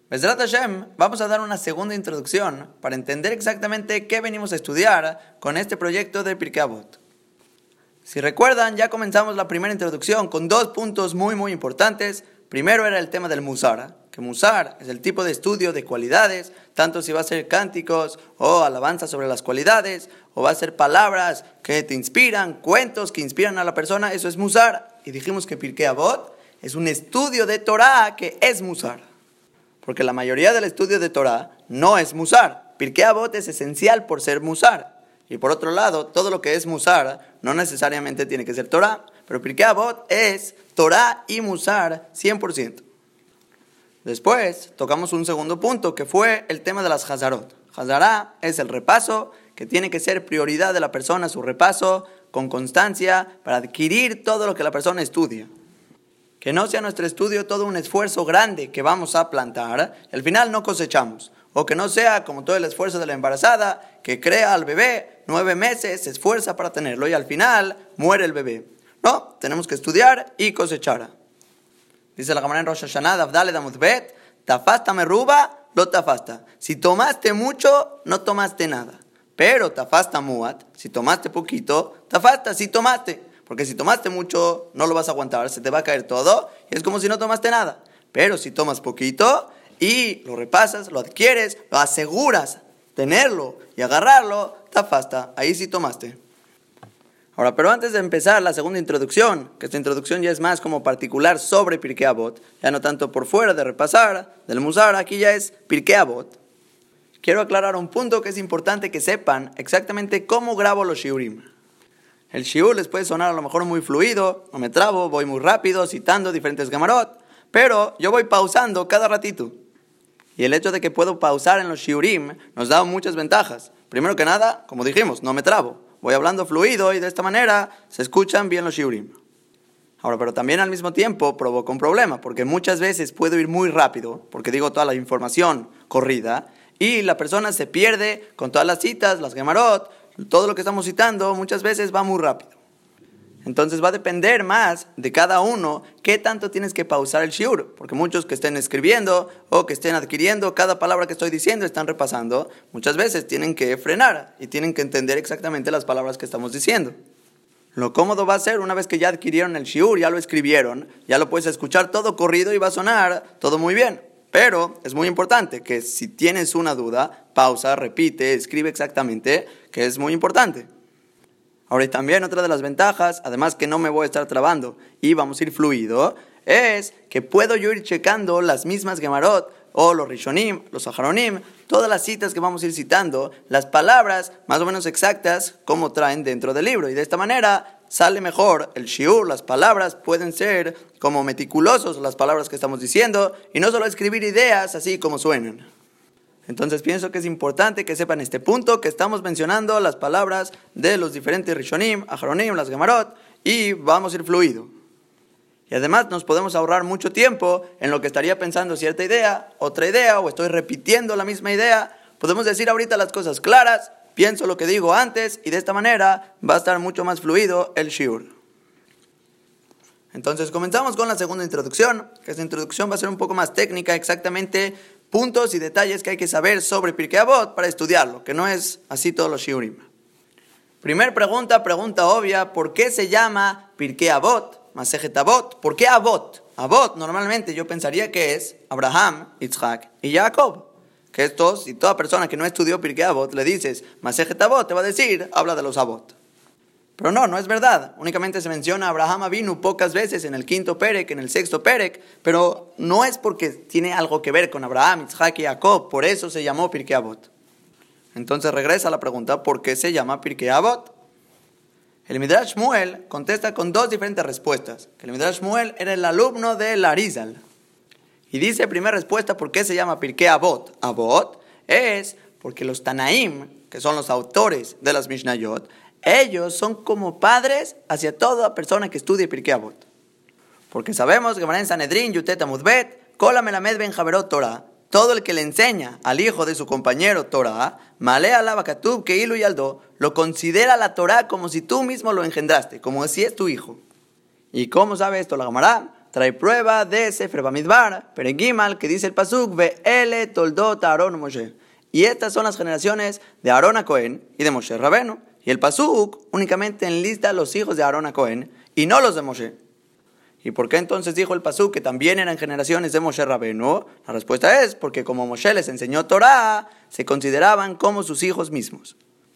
Bezrat Hashem, vamos a dar una segunda introducción para entender exactamente qué venimos a estudiar con este proyecto de Pirkei Avot. Si recuerdan, ya comenzamos la primera introducción con dos puntos muy importantes. Primero era el tema del Musar, que Musar es el tipo de estudio de cualidades, tanto si va a ser cánticos o alabanzas sobre las cualidades, o va a ser palabras que te inspiran, cuentos que inspiran a la persona, eso es Musar. Y dijimos que Pirkei Avot es un estudio de Torah que es Musar. Porque la mayoría del estudio de Torah no es Musar. Pirkei Avot es esencial por ser Musar. Y por otro lado, todo lo que es Musar no necesariamente tiene que ser Torah. Pero Pirkei Avot es Torah y Musar 100%. Después tocamos un segundo punto que fue el tema de las Hazarot. Hazará es el repaso que tiene que ser prioridad de la persona, su repaso con constancia para adquirir todo lo que la persona estudia. Que no sea nuestro estudio todo un esfuerzo grande que vamos a plantar y al final no cosechamos. O que no sea como todo el esfuerzo de la embarazada que crea al bebé 9 meses, se esfuerza para tenerlo y al final muere el bebé. No, tenemos que estudiar y cosechar. Dice la Gemara en Rosh Hashanah, Daf Daled Amud Bet, tafasta meruba, lo tafasta. Si tomaste mucho, no tomaste nada. Pero tafasta muat, si tomaste poquito, tafasta, si tomaste. Porque si tomaste mucho, no lo vas a aguantar, se te va a caer todo, y es como si no tomaste nada. Pero si tomas poquito, y lo repasas, lo adquieres, lo aseguras, tenerlo y agarrarlo, tafasta, ahí sí tomaste. Ahora, pero antes de empezar la segunda introducción, que esta introducción ya es más como particular sobre Pirkei Avot, ya no tanto por fuera de repasar, del Musar, aquí ya es Pirkei Avot. Quiero aclarar un punto que es importante que sepan exactamente cómo grabo los shiurim. El shiur les puede sonar a lo mejor muy fluido, no me trabo, voy muy rápido, citando diferentes gamarot, pero yo voy pausando cada ratito. Y el hecho de que puedo pausar en los shiurim nos da muchas ventajas. Primero que nada, como dijimos, no me trabo. Voy hablando fluido y de esta manera se escuchan bien los shiurim. Ahora, pero también al mismo tiempo provoca un problema, porque muchas veces puedo ir muy rápido, porque digo toda la información corrida, y la persona se pierde con todas las citas, las gemarot, todo lo que estamos citando muchas veces va muy rápido. Entonces va a depender más de cada uno qué tanto tienes que pausar el shiur, porque muchos que estén escribiendo o que estén adquiriendo cada palabra que estoy diciendo, están repasando, muchas veces tienen que frenar y tienen que entender exactamente las palabras que estamos diciendo. Lo cómodo va a ser una vez que ya adquirieron el shiur, ya lo escribieron, ya lo puedes escuchar todo corrido y va a sonar todo muy bien. Pero es muy importante que si tienes una duda, pausa, repite, escribe exactamente, que es muy importante. Ahora, y también otra de las ventajas, además que no me voy a estar trabando y vamos a ir fluido, es que puedo yo ir checando las mismas gemarot, o los rishonim, los aharonim, todas las citas que vamos a ir citando, las palabras más o menos exactas como traen dentro del libro. Y de esta manera sale mejor el shiur, las palabras pueden ser como meticulosos las palabras que estamos diciendo y no solo escribir ideas así como suenan. Entonces pienso que es importante que sepan este punto, que estamos mencionando las palabras de los diferentes rishonim, aharonim, las gemarot, y vamos a ir fluido. Y además nos podemos ahorrar mucho tiempo en lo que estaría pensando cierta idea, otra idea, o estoy repitiendo la misma idea. Podemos decir ahorita las cosas claras, pienso lo que digo antes, y de esta manera va a estar mucho más fluido el shiur. Entonces comenzamos con la segunda introducción, que esta introducción va a ser un poco más técnica, exactamente puntos y detalles que hay que saber sobre Pirkei Avot para estudiarlo, que no es así todos los shiurim. Primer pregunta obvia, ¿por qué se llama Pirkei Avot? Masejet Avot, ¿por qué Avot? Avot normalmente yo pensaría que es Abraham, Isaac y Jacob. Que estos, y toda persona que no estudió Pirkei Avot le dices Masejet Avot, te va a decir, habla de los Avot. Pero no es verdad. Únicamente se menciona a Abraham Avinu pocas veces en el 5º perek, en el 6º perek, pero no es porque tiene algo que ver con Abraham, Isaac y Jacob, por eso se llamó Pirkei Avot. Entonces regresa a la pregunta, ¿por qué se llama Pirkei Avot? El Midrash Shmuel contesta con dos diferentes respuestas. Que el Midrash Shmuel era el alumno del Arizal. Y dice, primera respuesta, ¿por qué se llama Pirkei Avot? Avot es porque los Tanaim, que son los autores de las Mishnayot, ellos son como padres hacia toda persona que estudie Pirkei Avot. Porque sabemos que en Sanedrín, Yutet Amud Bet, Kol HaMelamed Ben Javerot Torah, todo el que le enseña al hijo de su compañero Torah, Malea Alab Katub Keilu Yaldo, lo considera la Torah como si tú mismo lo engendraste, como si es tu hijo. ¿Y cómo sabe esto la Gemara? trae prueba de Sefer Bamidbar, Peregimal, que dice el pasuk, Ve'ele toldot Aarón Moshe. Y estas son las generaciones de Aarón a Cohen y de Moshe Rabenu. Y el pasuk únicamente enlista los hijos de Aarón a Cohen y no los de Moshe. ¿Y por qué entonces dijo el pasuk que también eran generaciones de Moshe Rabenu? La respuesta es porque como Moshe les enseñó Torah, se consideraban como sus hijos mismos.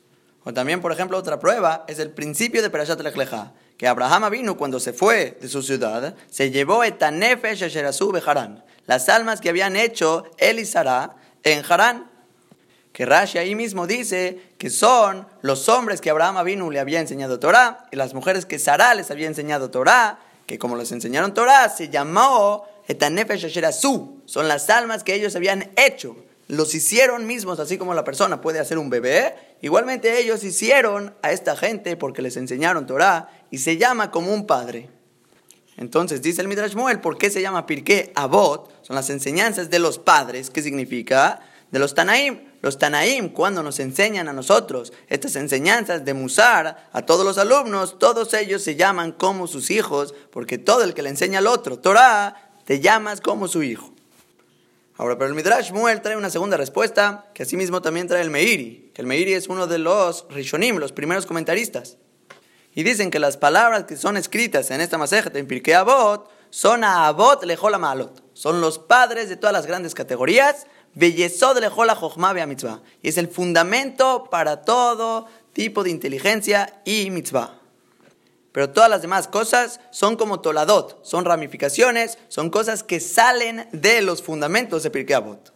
O también, por ejemplo, otra prueba es el principio de Perashat Lech Lecha, que Abraham Avinu, cuando se fue de su ciudad, se llevó etanefesh asher asu beharán, las almas que habían hecho él y Sará en Harán. Que Rashi ahí mismo dice que son los hombres que Abraham Avinu le había enseñado Torah y las mujeres que Sará les había enseñado Torah, que como les enseñaron Torah, se llamó etanefesh asher asu, son las almas que ellos habían hecho. Los hicieron mismos, así como la persona puede hacer un bebé. Igualmente ellos hicieron a esta gente porque les enseñaron Torah y se llama como un padre. Entonces dice el Midrash Shmuel, ¿por qué se llama Pirkei Avot? Son las enseñanzas de los padres. ¿Qué significa? De los Tanaim. Los Tanaim, cuando nos enseñan a nosotros estas enseñanzas de Musar a todos los alumnos, todos ellos se llaman como sus hijos, porque todo el que le enseña al otro Torah, te llamas como su hijo. Ahora, pero el Midrash Shmuel trae una segunda respuesta, que asimismo también trae el Meiri, que el Meiri es uno de los Rishonim, los primeros comentaristas. Y dicen que las palabras que son escritas en esta Masejeta, en Pirkei Avot, son a Avot lechol ha'ma'alot. Son los padres de todas las grandes categorías, ve'yesod lechol ha'chokhmah ve'hamitzvah. Y es el fundamento para todo tipo de inteligencia y mitzvah. Pero todas las demás cosas son como toladot, son ramificaciones, son cosas que salen de los fundamentos de Pirkei Avot.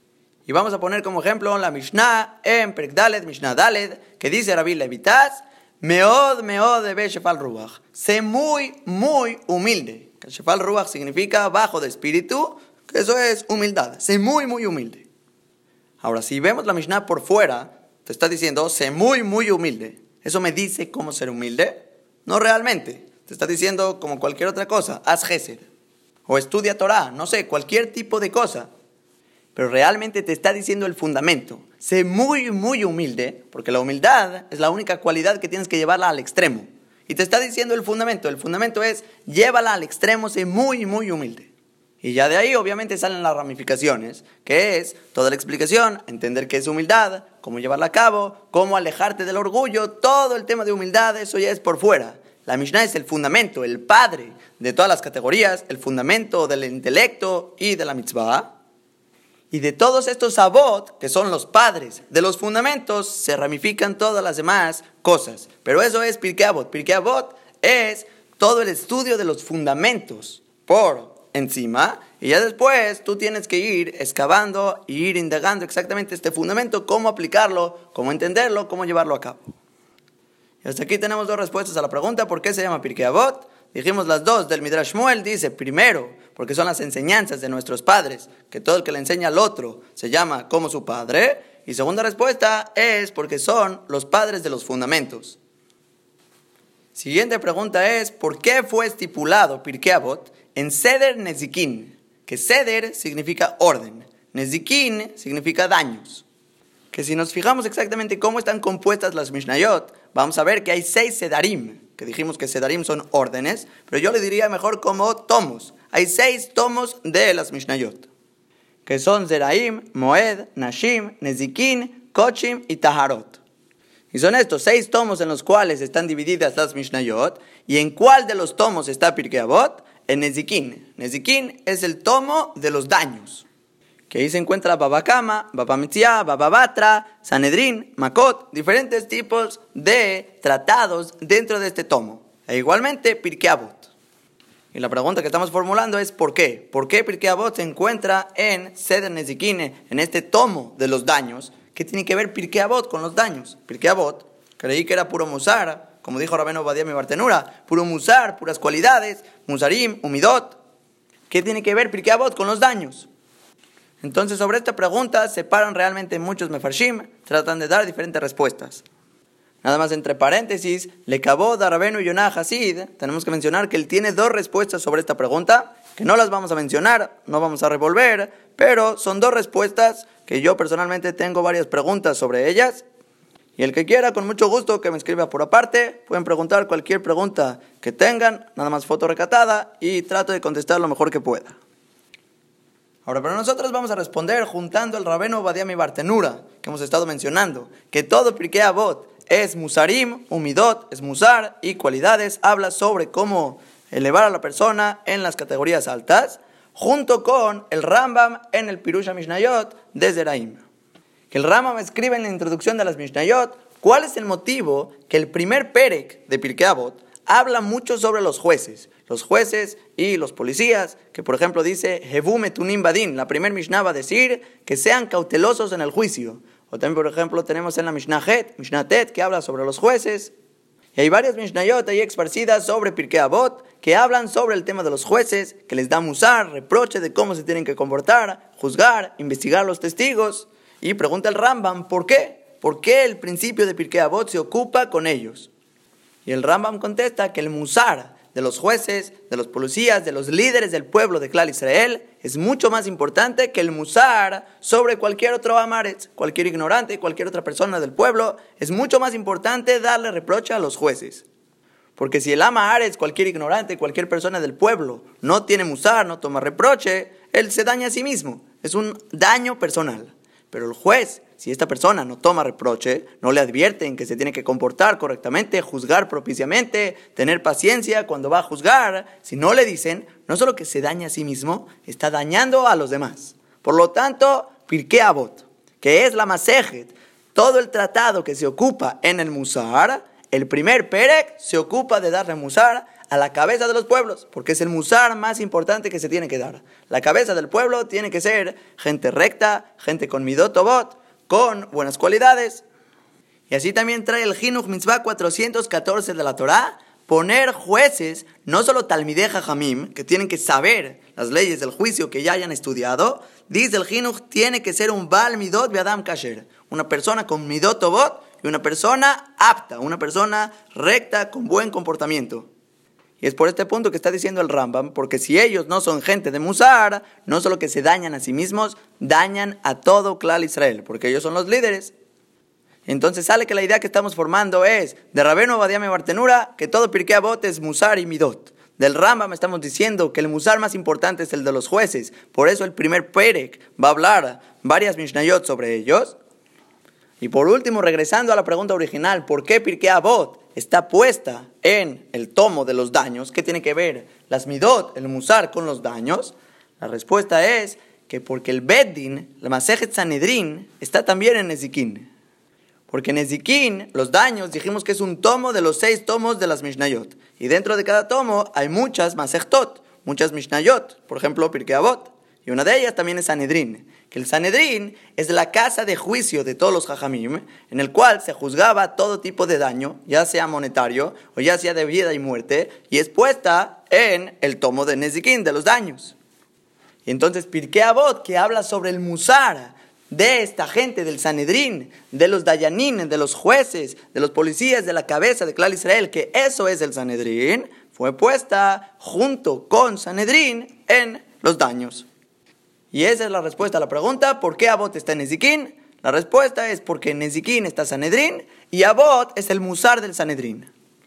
Y vamos a poner como ejemplo la Mishnah en Perek Daled, Mishnah Daled, que dice Rabbi Levitas, Meod de Shefal Ruach, sé muy humilde. Shefal Ruach significa bajo de espíritu, que eso es humildad, sé muy humilde. Ahora, si vemos la Mishnah por fuera, te está diciendo, sé muy humilde. ¿Eso me dice cómo ser humilde? No realmente, te está diciendo como cualquier otra cosa, haz Gesed, o estudia Torah, no sé, cualquier tipo de cosa. Pero realmente te está diciendo el fundamento, sé muy humilde, porque la humildad es la única cualidad que tienes que llevarla al extremo. Y te está diciendo el fundamento es, llévala al extremo, sé muy humilde. Y ya de ahí obviamente salen las ramificaciones, que es toda la explicación, entender qué es humildad, cómo llevarla a cabo, cómo alejarte del orgullo, todo el tema de humildad, eso ya es por fuera. La Mishnah es el fundamento, el padre de todas las categorías, el fundamento del intelecto y de la mitzvah. Y de todos estos avot, que son los padres de los fundamentos, se ramifican todas las demás cosas. Pero eso es Pirkei Avot. Pirkei Avot es todo el estudio de los fundamentos por encima, y ya después tú tienes que ir excavando y ir indagando exactamente este fundamento, cómo aplicarlo, cómo entenderlo, cómo llevarlo a cabo. Y hasta aquí tenemos dos respuestas a la pregunta, ¿por qué se llama Pirkei Avot? Dijimos las dos del Midrash Shmuel, dice, primero, porque son las enseñanzas de nuestros padres, que todo el que le enseña al otro se llama como su padre, y segunda respuesta es porque son los padres de los fundamentos. Siguiente pregunta es, ¿por qué fue estipulado Pirkei Avot en Seder Nezikin? Que Seder significa orden, Nezikin significa daños. Que si nos fijamos exactamente cómo están compuestas las Mishnayot, vamos a ver que hay 6 Sedarim, que dijimos que Sedarim son órdenes, pero yo le diría mejor como tomos. Hay 6 tomos de las Mishnayot, que son Zeraim, Moed, Nashim, Nezikin, Kochim y Taharot. Y son estos 6 tomos en los cuales están divididas las Mishnayot. ¿Y en cuál de los tomos está Pirkei Avot? En Nezikin. Nezikin es el tomo de los daños, que ahí se encuentra Baba Kama, Baba Metzia, Baba Batra, Sanedrín, Makot, diferentes tipos de tratados dentro de este tomo. E igualmente Pirkei Avot. Y la pregunta que estamos formulando es ¿por qué? ¿Por qué Pirkei Avot se encuentra en Seder Nezikin, en este tomo de los daños? ¿Qué tiene que ver Pirkei Avot con los daños? Pirkei Avot, creí que era puro Musar, como dijo Rabbeinu Ovadia mi Bartenura, puro Musar, puras cualidades, Musarim, Umidot. ¿Qué tiene que ver Pirkei Avot con los daños? Entonces sobre esta pregunta se paran realmente muchos mefarshim, tratan de dar diferentes respuestas. Nada más entre paréntesis, Lekavod a Rabbeinu Yonah Hasid, tenemos que mencionar que él tiene 2 respuestas sobre esta pregunta, que no las vamos a mencionar, no vamos a revolver, pero son 2 respuestas que yo personalmente tengo varias preguntas sobre ellas. Y el que quiera, con mucho gusto, que me escriba por aparte. Pueden preguntar cualquier pregunta que tengan, nada más foto recatada, y trato de contestar lo mejor que pueda. Ahora, pero nosotros vamos a responder juntando el Rabbeinu Ovadia Mibartenura, que hemos estado mencionando, que todo Pirkei Avot es musarim, umidot, es musar, y cualidades, habla sobre cómo elevar a la persona en las categorías altas, junto con el Rambam en el Pirush HaMishnayot de Zeraim. Que el Rambam escribe en la introducción de las Mishnayot cuál es el motivo que el primer Perek de Pirkei Avot habla mucho sobre los jueces y los policías, que por ejemplo dice Hevu metunim badin, la primer Mishnah va a decir que sean cautelosos en el juicio. O también por ejemplo tenemos en la Mishnah Tet, que habla sobre los jueces. Y hay varias Mishnayot ahí esparcidas sobre Pirkei Avot que hablan sobre el tema de los jueces, que les da musar, reproche de cómo se tienen que comportar, juzgar, investigar a los testigos. Y pregunta el Rambam, ¿por qué? ¿Por qué el principio de Pirkei Avot se ocupa con ellos? Y el Rambam contesta que el musar de los jueces, de los policías, de los líderes del pueblo de Klal Israel es mucho más importante que el musar sobre cualquier otro amaretz, cualquier ignorante, cualquier otra persona del pueblo. Es mucho más importante darle reproche a los jueces. Porque si el amaretz, cualquier ignorante, cualquier persona del pueblo, no tiene musar, no toma reproche, él se daña a sí mismo. Es un daño personal. Pero el juez, si esta persona no toma reproche, no le advierten que se tiene que comportar correctamente, juzgar propiciamente, tener paciencia cuando va a juzgar, si no le dicen, no solo que se daña a sí mismo, está dañando a los demás. Por lo tanto, Pirkei Avot, que es la Masejet, todo el tratado que se ocupa en el Musar, el primer Perek se ocupa de darle Musar a la cabeza de los pueblos, porque es el musar más importante que se tiene que dar. La cabeza del pueblo tiene que ser gente recta, gente con midot tovot, con buenas cualidades. Y así también trae el Jinuj Mitzvah 414 de la Torá, poner jueces, no solo Talmidei Jajamim, que tienen que saber las leyes del juicio que ya hayan estudiado. Dice el Jinuj, tiene que ser un Baal Midot Be'adam Kasher, una persona con midot tovot y una persona apta, una persona recta, con buen comportamiento. Y es por este punto que está diciendo el Rambam, porque si ellos no son gente de musar, no solo que se dañan a sí mismos, dañan a todo Klal Israel, porque ellos son los líderes. Entonces sale que la idea que estamos formando es, de Rabbeinu Ovadia Mibartenura, que todo Pirkei Avot es musar y midot. Del Rambam estamos diciendo que el musar más importante es el de los jueces, por eso el primer Perek va a hablar varias Mishnayot sobre ellos. Y por último, regresando a la pregunta original, ¿por qué Pirkei Avot está puesta en el tomo de los daños? ¿Qué tiene que ver las midot, el musar, con los daños? La respuesta es que porque el Beddin, la Masejet Sanedrin, está también en Nezikin. Porque en Nezikin, los daños, dijimos que es un tomo de los 6 tomos de las Mishnayot. Y dentro de cada tomo hay muchas Masechtot, muchas Mishnayot, por ejemplo Pirkei Avot. Y una de ellas también es Sanedrin, que el Sanedrin es la casa de juicio de todos los Jajamim, en el cual se juzgaba todo tipo de daño, ya sea monetario o ya sea de vida y muerte, y es puesta en el tomo de Nezikin, de los daños. Y entonces Pirkei Avot, que habla sobre el musar de esta gente del Sanedrin, de los Dayanin, de los jueces, de los policías, de la cabeza de Klal Israel, que eso es el Sanedrin, fue puesta junto con Sanedrin en los daños. Y esa es la respuesta a la pregunta, ¿por qué Avot está en Nezikin? La respuesta es porque en Nezikin está Sanedrin y Avot es el musar del Sanedrin.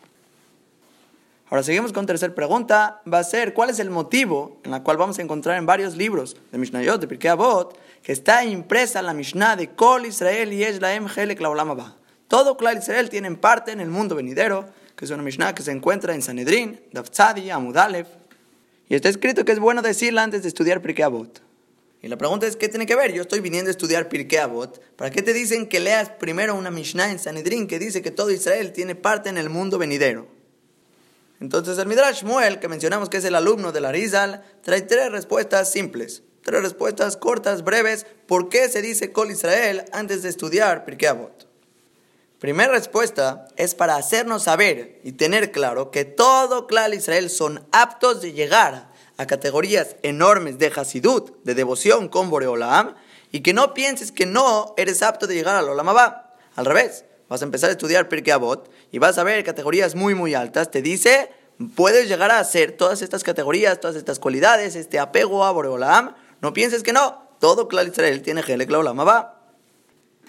Ahora seguimos con tercera pregunta, va a ser ¿cuál es el motivo en la cual vamos a encontrar en varios libros de Mishnayot, de Pirkei Avot, que está impresa la Mishnah de Kol Israel Yesh Lahem Chelek Laolam Haba? Todo Klal Israel tienen parte en el mundo venidero, que es una Mishnah que se encuentra en Sanedrin, Daf Tzadi, Amud Aleph, y está escrito que es bueno decirla antes de estudiar Pirkei Avot. Y la pregunta es, ¿qué tiene que ver? Yo estoy viniendo a estudiar Pirkei Avot. ¿Para qué te dicen que leas primero una Mishnah en Sanedrin que dice que todo Israel tiene parte en el mundo venidero? Entonces el Midrash Shmuel, que mencionamos que es el alumno de la Arizal, trae 3 respuestas simples, 3 respuestas cortas, breves, ¿por qué se dice Kol Israel antes de estudiar Pirkei Avot? Primera respuesta es para hacernos saber y tener claro que todo Klal Israel son aptos de llegar a categorías enormes de Hasidut, de devoción con Boreolam, y que no pienses que no eres apto de llegar al Olam Haba. Al revés, vas a empezar a estudiar Pirkei Avot y vas a ver categorías muy muy altas. Te dice, puedes llegar a hacer todas estas categorías, todas estas cualidades, este apego a Boreolam. No pienses que no, todo Klal Israel tiene Chelek LaOlam Haba.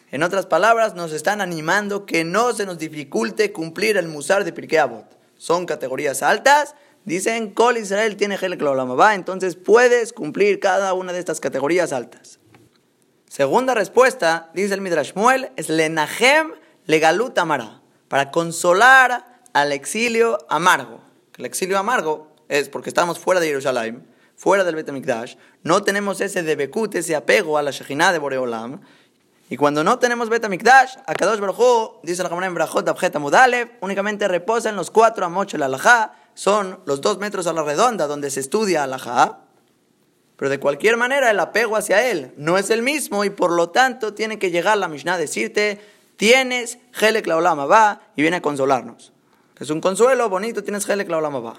En otras palabras, nos están animando que no se nos dificulte cumplir el musar de Pirkei Avot. Son categorías altas. Dicen, Kol Israel tiene Helek Leolam Haba, entonces puedes cumplir cada una de estas categorías altas. Segunda respuesta, dice el Midrash Shmuel, es Lenahem Legalut Amara, para consolar al exilio amargo. El exilio amargo es porque estamos fuera de Jerusalén, fuera del Bet HaMikdash, no tenemos ese debekut, ese apego a la Shejinah de Boreolam, y cuando no tenemos Bet HaMikdash, Akadosh Baruj Hu, dice la Gemara en Brajot Abjet Amud Aleph, únicamente reposa en los 4 amot shel halajá, son los 2 metros a la redonda donde se estudia halajá, pero de cualquier manera el apego hacia él no es el mismo y por lo tanto tiene que llegar la Mishnah a decirte, tienes Helek Leolam Haba y viene a consolarnos. Es un consuelo bonito, tienes Helek Leolam Haba.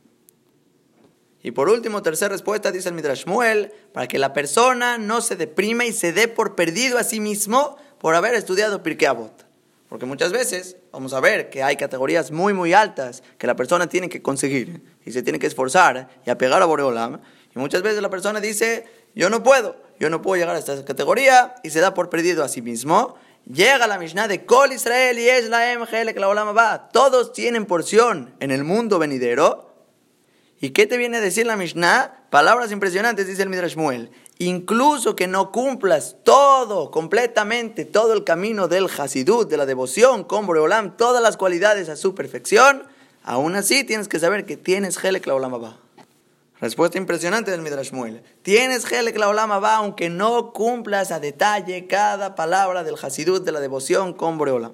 Y por último, tercera respuesta, dice el Midrash Shmuel, para que la persona no se deprime y se dé por perdido a sí mismo por haber estudiado Pirkei Avot. Porque muchas veces vamos a ver que hay categorías muy muy altas que la persona tiene que conseguir y se tiene que esforzar y apegar a Boreolam. Y muchas veces la persona dice, yo no puedo llegar a esta categoría y se da por perdido a sí mismo. Llega la Mishnah de Kol Israel y es la Helek Leolam Haba. Todos tienen porción en el mundo venidero. ¿Y qué te viene a decir la Mishnah? Palabras impresionantes, dice el Midrash Shmuel. Incluso que no cumplas completamente todo el camino del Hasidut, de la devoción con Boreolam, todas las cualidades a su perfección, aún así tienes que saber que tienes Helek Leolam Haba. Respuesta impresionante del Midrash Shmuel. Tienes Helek Leolam Haba aunque no cumplas a detalle cada palabra del Hasidut, de la devoción con Boreolam.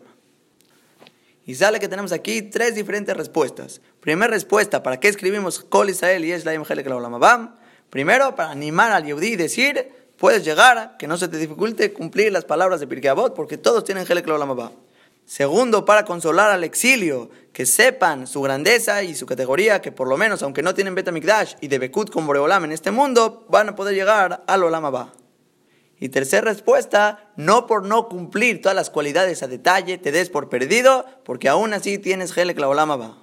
Y sale que tenemos aquí 3 diferentes respuestas. Primera respuesta, ¿para qué escribimos Kol Israel y Yesh Lahem Helek Leolam Haba? Primero, para animar al Yehudí y decir, puedes llegar, que no se te dificulte cumplir las palabras de Pirkei Avot, porque todos tienen Helek Leolam Haba. Segundo, para consolar al exilio, que sepan su grandeza y su categoría, que por lo menos, aunque no tienen Bet HaMikdash y debekut con Boreolam en este mundo, van a poder llegar al Olam Haba. Y tercera respuesta, no por no cumplir todas las cualidades a detalle, te des por perdido, porque aún así tienes Helek Leolam Haba.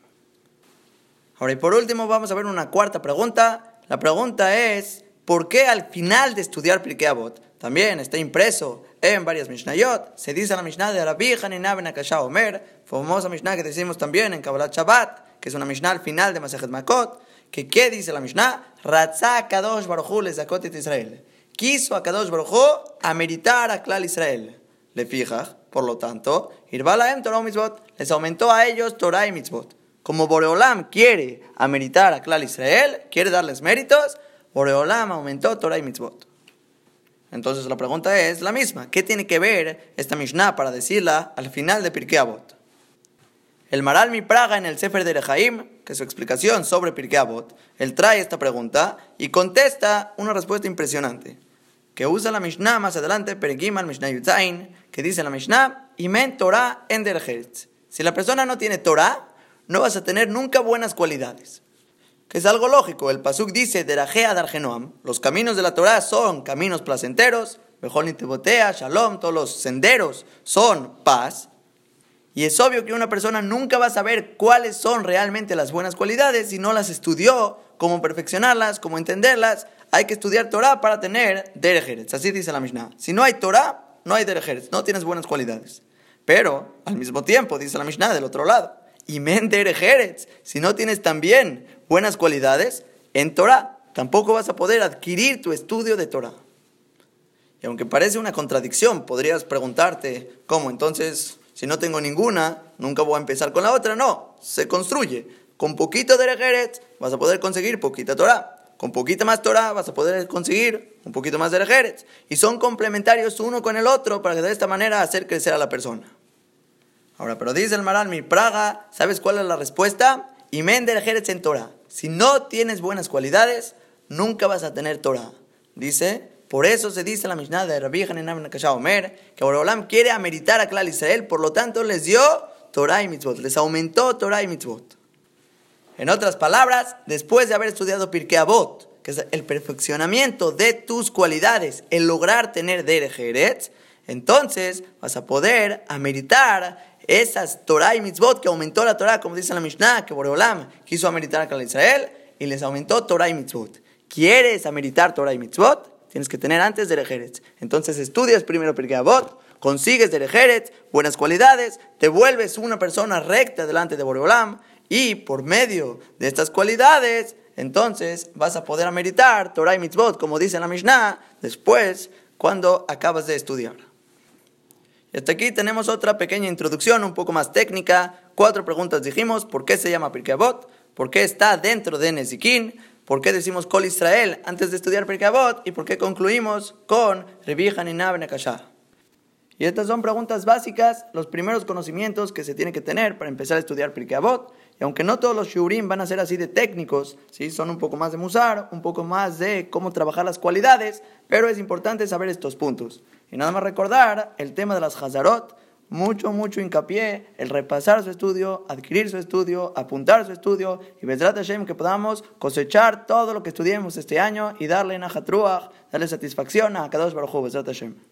Ahora y por último vamos a ver una cuarta pregunta. La pregunta es, ¿por qué al final de estudiar Pirkei Avot? También está impreso en varias Mishnayot. Se dice en la Mishnah de Rabbi Hanina ben Akashya Omer, famosa Mishnah que decimos también en Kabbalat Shabbat, que es una Mishnah al final de Masejet Makot, que ¿qué dice la Mishnah? Ratzah Kadosh Baruj Hu lezakot et Israel. Quiso a Kadosh Baruj Hu ameritar a Klal Israel. Le fija, por lo tanto, Irba lahem Torah u'mitzvot, les aumentó a ellos Torah y mitzvot. Como Boreolam quiere ameritar a Klal Israel, quiere darles méritos, Boreolam aumentó Torah y mitzvot. Entonces la pregunta es la misma. ¿Qué tiene que ver esta Mishnah para decirla al final de Pirkei Avot? El Maral Mi Praga en el Sefer de Rehaim, que es su explicación sobre Pirkei Avot, él trae esta pregunta y contesta una respuesta impresionante, que usa la Mishnah más adelante, Perek al Mishnah Yutzain, que dice la Mishnah, Imen Torah en Derech Eretz. Si la persona no tiene Torah, no vas a tener nunca buenas cualidades. Que es algo lógico. El pasuk dice, Derajea Dargenoam, los caminos de la Torah son caminos placenteros, Bejol Nitebotea, Shalom, todos los senderos son paz. Y es obvio que una persona nunca va a saber cuáles son realmente las buenas cualidades si no las estudió, cómo perfeccionarlas, cómo entenderlas. Hay que estudiar Torah para tener Derech Eretz. Así dice la Mishnah. Si no hay Torah, no hay Derech Eretz, no tienes buenas cualidades. Pero, al mismo tiempo, dice la Mishnah del otro lado, y men Derech Eretz, si no tienes también buenas cualidades, en Torah tampoco vas a poder adquirir tu estudio de Torah. Y aunque parece una contradicción, podrías preguntarte, ¿cómo? Entonces, si no tengo ninguna, nunca voy a empezar con la otra. No, se construye. Con poquito Derech Eretz vas a poder conseguir poquita Torah. Con poquita más Torah vas a poder conseguir un poquito más Derech Eretz. Y son complementarios uno con el otro para que de esta manera hacer crecer a la persona. Ahora, pero dice el Maral Mi Praga, ¿sabes cuál es la respuesta? Imen Derech Eretz en Torah. Si no tienes buenas cualidades, nunca vas a tener Torah. Dice, por eso se dice en la Mishnah de Rabbi Hanina ben Akashya Omer, que Boreolam quiere ameritar a Klal Israel, por lo tanto les dio Torah y mitzvot, les aumentó Torah y mitzvot. En otras palabras, después de haber estudiado Pirkei Avot, que es el perfeccionamiento de tus cualidades, el lograr tener Derech Eretz, entonces vas a poder ameritar esas Torah y mitzvot que aumentó la Torah, como dice la Mishnah, que Boreolam quiso ameritar a Klal Israel y les aumentó Torah y mitzvot. ¿Quieres ameritar Torah y mitzvot? Tienes que tener antes Derech Eretz. Entonces estudias primero Pirkei Avot. consigues derejeret, buenas cualidades, te vuelves una persona recta delante de Boreolam, y por medio de estas cualidades, entonces vas a poder ameritar Torah y Mitzvot, como dice la Mishnah, después, cuando acabas de estudiar. Y hasta aquí tenemos otra pequeña introducción, un poco más técnica. 4 preguntas dijimos: ¿por qué se llama Pirkei Avot? ¿Por qué está dentro de Nezikin? ¿Por qué decimos Kol Israel antes de estudiar Pirkei Avot? ¿Y por qué concluimos con Rebi Hanina ben Akashá? Y estas son preguntas básicas, los primeros conocimientos que se tiene que tener para empezar a estudiar Pirkei Avot. Y aunque no todos los shiurim van a ser así de técnicos, ¿sí? Son un poco más de musar, un poco más de cómo trabajar las cualidades, pero es importante saber estos puntos. Y nada más recordar el tema de las Hazarot, mucho hincapié, el repasar su estudio, adquirir su estudio, apuntar su estudio, y Bezrat Hashem que podamos cosechar todo lo que estudiemos este año y darle Nachat Ruach, darle satisfacción a Kadosh Baruj Hu, Bezrat Hashem.